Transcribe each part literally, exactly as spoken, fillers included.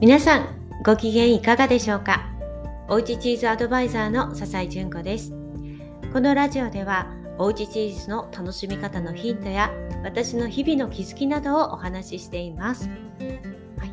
皆さんご機嫌いかがでしょうか。おうちチーズアドバイザーの笹井純子です。このラジオではおうちチーズの楽しみ方のヒントや私の日々の気づきなどをお話ししています。はい、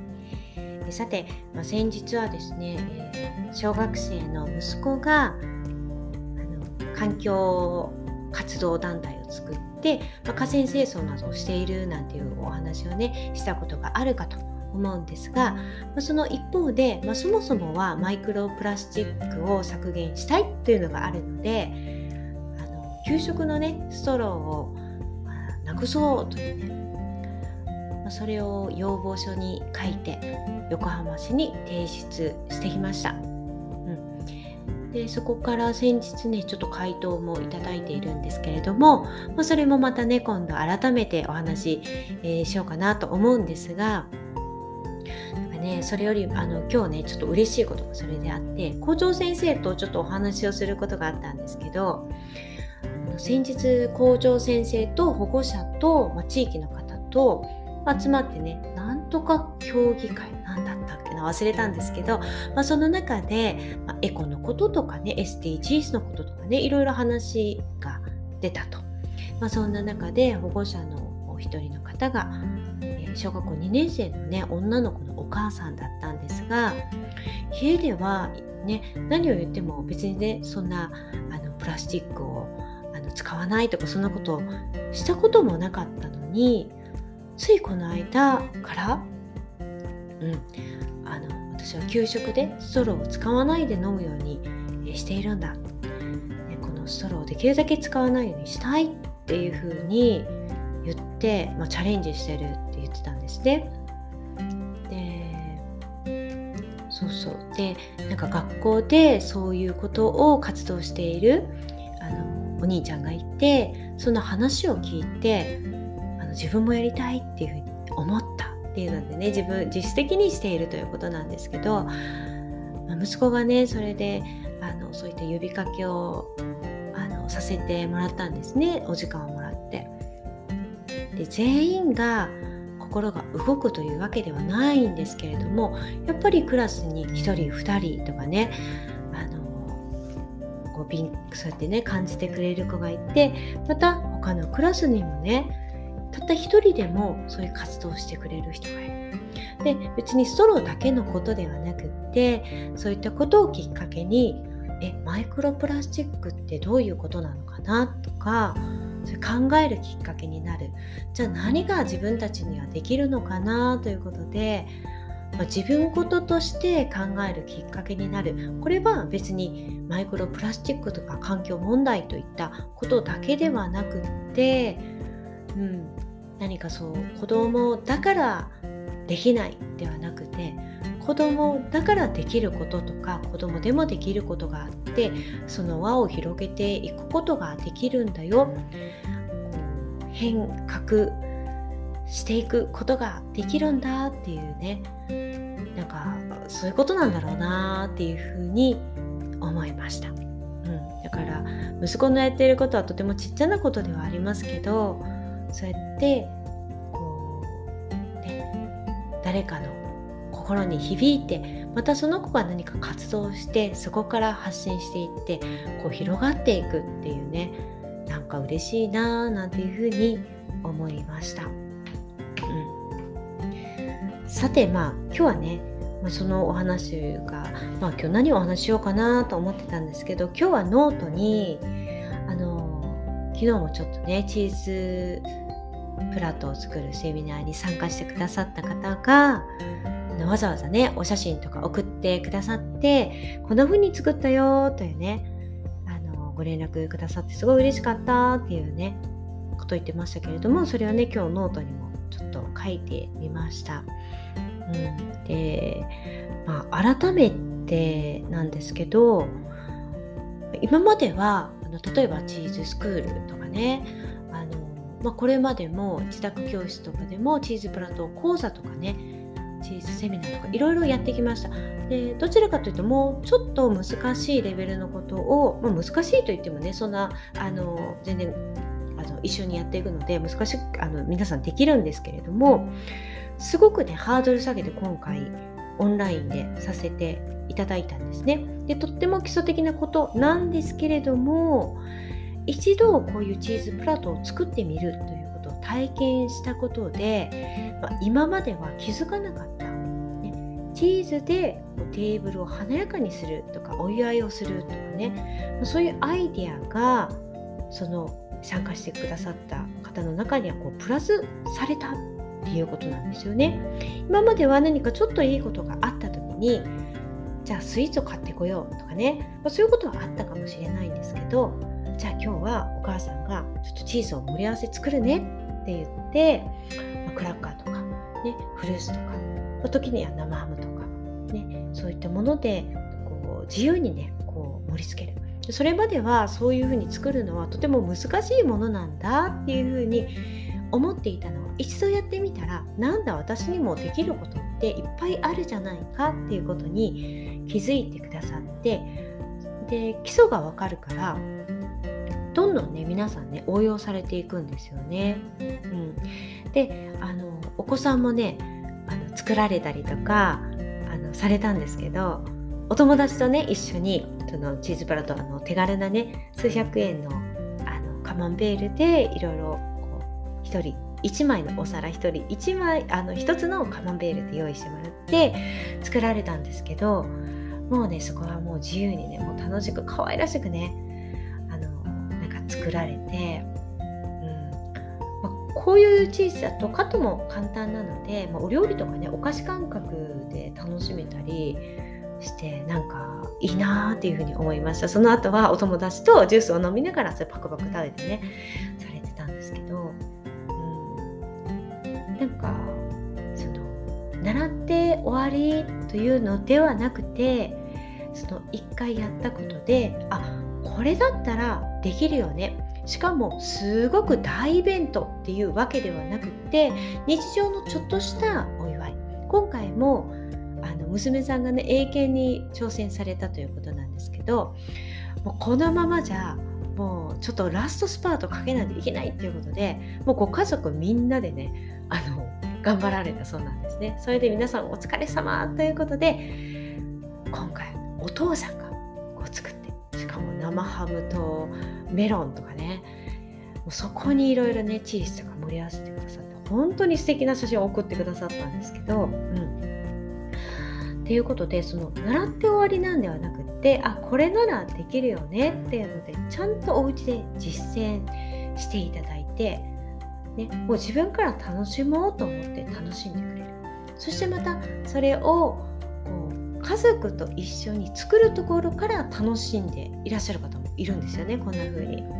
さて、まあ、先日はですね、えー、小学生の息子があの環境活動団体を作って、まあ、河川清掃などをしているなんていうお話をねしたことがあるかと思うんですが、まあ、その一方で、まあ、そもそもはマイクロプラスチックを削減したいというのがあるので、あの給食のねストローを、まあ、なくそうというね、まあ、それを要望書に書いて横浜市に提出してきました。でそこから先日ねちょっと回答もいただいているんですけれども、まあ、それもまたね今度改めてお話、えー、しようかなと思うんですが、なんかね、それよりあの今日ねちょっと嬉しいことがそれであって、校長先生とちょっとお話をすることがあったんですけど、先日校長先生と保護者と、まあ、地域の方と集まってね、なんとか協議会なんだったっけな忘れたんですけど、まあ、その中で、まあ、エコのこととかね エスディージーズ のこととかねいろいろ話が出たと、まあ、そんな中で保護者のお一人の方が、えー、小学校にねん生のね女の子のお母さんだったんですが、家ではね何を言っても別にねそんなあのプラスチックをあの使わないとかそんなことをしたこともなかったのに、ついこの間から、うん、あの私は給食でストローを使わないで飲むようにしているんだ、ね、このストローをできるだけ使わないようにしたいっていうふうに言って、まあ、チャレンジしてるって言ってたんですね。で、そうそうでなんか学校でそういうことを活動しているあのお兄ちゃんがいて、その話を聞いてあの自分もやりたいっていうふうに思ったっていうのでね、自分自主的にしているということなんですけど、まあ、息子がねそれであのそういった呼びかけをあのさせてもらったんですね。お時間をもらって、で全員が心が動くというわけではないんですけれども、やっぱりクラスにひとりふたりとかね、あのこうそうやってね感じてくれる子がいて、また他のクラスにもねたった一人でもそういう活動をしてくれる人がいる。で別にストローだけのことではなくって、そういったことをきっかけにえマイクロプラスチックってどういうことなのかなとか、それ考えるきっかけになる。じゃあ何が自分たちにはできるのかなということで、まあ、自分事として考えるきっかけになる。これは別にマイクロプラスチックとか環境問題といったことだけではなくって、うん、何かそう子供だからできないではなくて、子供だからできることとか子供でもできることがあって、その輪を広げていくことができるんだよ、変革していくことができるんだっていうね、なんかそういうことなんだろうなっていうふうに思いました。うん、だから息子のやっていることはとてもちっちゃなことではありますけど、そうやってこう、ね、誰かの心に響いて、またその子が何か活動してそこから発信していってこう広がっていくっていうね、なんか嬉しいななんていうふうに思いました。うん、さてまあ今日はね、まあ、そのお話が、まあ、今日何をお話ししようかなと思ってたんですけど、今日はノートにあの昨日もちょっとねチーズプラットを作るセミナーに参加してくださった方がわざわざねお写真とか送ってくださって、こんな風に作ったよというねあのご連絡くださってすごい嬉しかったっていうねこと言ってましたけれども、それをね今日ノートにもちょっと書いてみました。うん、で、まあ、改めてなんですけど、今まではあの例えばチーズスクールとかね、あの、まあ、これまでも自宅教室とかでもチーズプラット講座とかね、チーズセミナーとかいろいろやってきました。でどちらかというともうちょっと難しいレベルのことを、まあ、難しいと言ってもねそんなあの全然あの一緒にやっていくので難しくあの皆さんできるんですけれども、すごくねハードル下げて今回オンラインでさせていただいたんですね。でとっても基礎的なことなんですけれども、一度こういうチーズプラトを作ってみるということを体験したことで、まあ、今までは気づかなかった、ね、チーズでテーブルを華やかにするとかお祝いをするとかね、そういうアイデアがその参加してくださった方の中にはこうプラスされたっていうことなんですよね。今までは何かちょっといいことがあった時に、じゃあスイーツを買ってこようとかね、まあ、そういうことはあったかもしれないんですけど、じゃあ今日はお母さんがちょっとチーズを盛り合わせ作るねって言って、まあ、クラッカーとか、ね、フルーツとかの時には生ハムとか、ね、そういったものでこう自由にねこう盛り付ける。それまではそういうふうに作るのはとても難しいものなんだっていうふうに思っていたのを一度やってみたら、なんだ私にもできることっていっぱいあるじゃないかっていうことに気づいてくださって、で基礎がわかるからどんどんね皆さんね応用されていくんですよね。うん、であのお子さんもねあの作られたりとかあのされたんですけど、お友達とね一緒にそのチーズプラトあの手軽なね数百円のあのカマンベールでいろいろひとりいちまいのお皿、ひとりいちまいあのひとつのカマンベールで用意してもらって作られたんですけど、もうねそこはもう自由にねもう楽しく可愛らしくねあのなんか作られて、うんまあ、こういうチーズだとカットも簡単なので、まあ、お料理とかねお菓子感覚で楽しめたりしてなんかいいなっていうふうに思いました。その後はお友達とジュースを飲みながらそれパクパク食べてねされてたんですけど、なんかその習って終わりというのではなくて、その一回やったことで、あ、これだったらできるよね、しかもすごく大イベントっていうわけではなくて、日常のちょっとしたお祝い。今回もあの娘さんがね英検に挑戦されたということなんですけど、もうこのままじゃもうちょっとラストスパートかけないといけないっていうことで、もうご家族みんなでねあの頑張られたそうなんですね。それで皆さんお疲れ様ということで、今回お父さんがこう作って、しかも生ハムとメロンとかね、もうそこにいろいろねチーズとか盛り合わせてくださって、本当に素敵な写真を送ってくださったんですけど、うんっていうことで、その習って終わりなんではなくって、あ、これならできるよねっていうのでちゃんとお家で実践していただいて、ね、もう自分から楽しもうと思って楽しんでくれる。そしてまたそれをこう家族と一緒に作るところから楽しんでいらっしゃる方もいるんですよね、こんな風に、うん、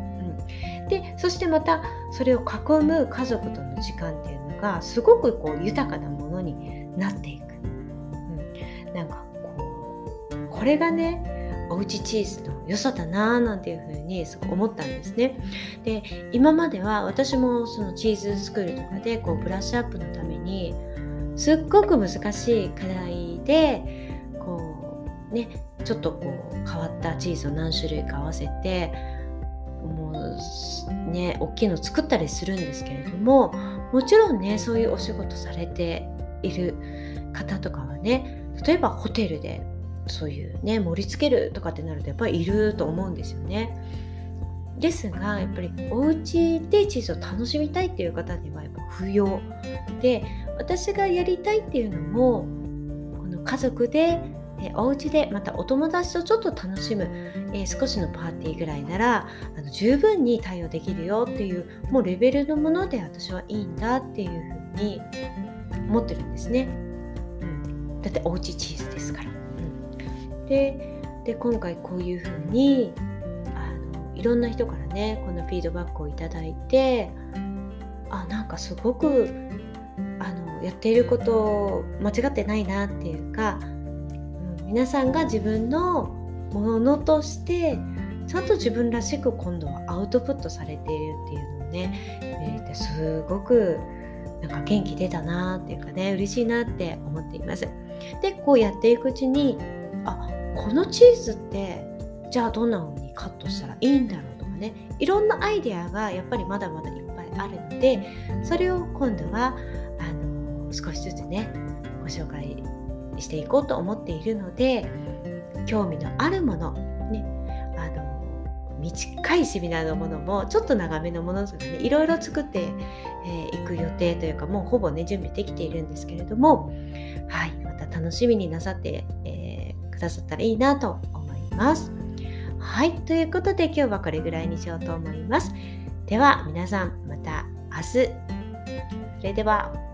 でそしてまたそれを囲む家族との時間っていうのがすごくこう豊かなものになっていく。なんかこうこれがねおうちチーズの良さだなーなんていう風にすごい思ったんですね。で今までは私もそのチーズスクールとかでこうブラッシュアップのためにすっごく難しい課題でこうねちょっとこう変わったチーズを何種類か合わせてもうね大きいの作ったりするんですけれども、もちろんねそういうお仕事されている方とかはね、例えばホテルでそういうね盛り付けるとかってなるとやっぱりいると思うんですよね。ですがやっぱりお家でチーズを楽しみたいっていう方にはやっぱ不要で、私がやりたいっていうのもこの家族でえお家でまたお友達とちょっと楽しむ、えー、少しのパーティーぐらいならあの十分に対応できるよっていうもうレベルのもので私はいいんだっていうふうに思ってるんですね。だっておうちチーズですから、うん、で, で今回こういう風にあのいろんな人からねこのフィードバックをいただいて、あなんかすごくあのやっていること間違ってないなっていうか、うん、皆さんが自分のものとしてちゃんと自分らしく今度はアウトプットされているっていうのをね、えー、すごくなんか元気出たなっていうかね嬉しいなって思っています。でこうやっていくうちに、あこのチーズってじゃあどんな風にカットしたらいいんだろうとかね、いろんなアイデアがやっぱりまだまだいっぱいあるので、それを今度はあの少しずつねご紹介していこうと思っているので、興味のあるもの、ね、あの短いセミナーのものもちょっと長めのものとかね、いろいろ作ってい、えー、く予定というか、もうほぼね準備できているんですけれども、はい、また楽しみになさって、えー、くださったらいいなと思います。はい、ということで今日はこれぐらいにしようと思います。では皆さん、また明日。それでは。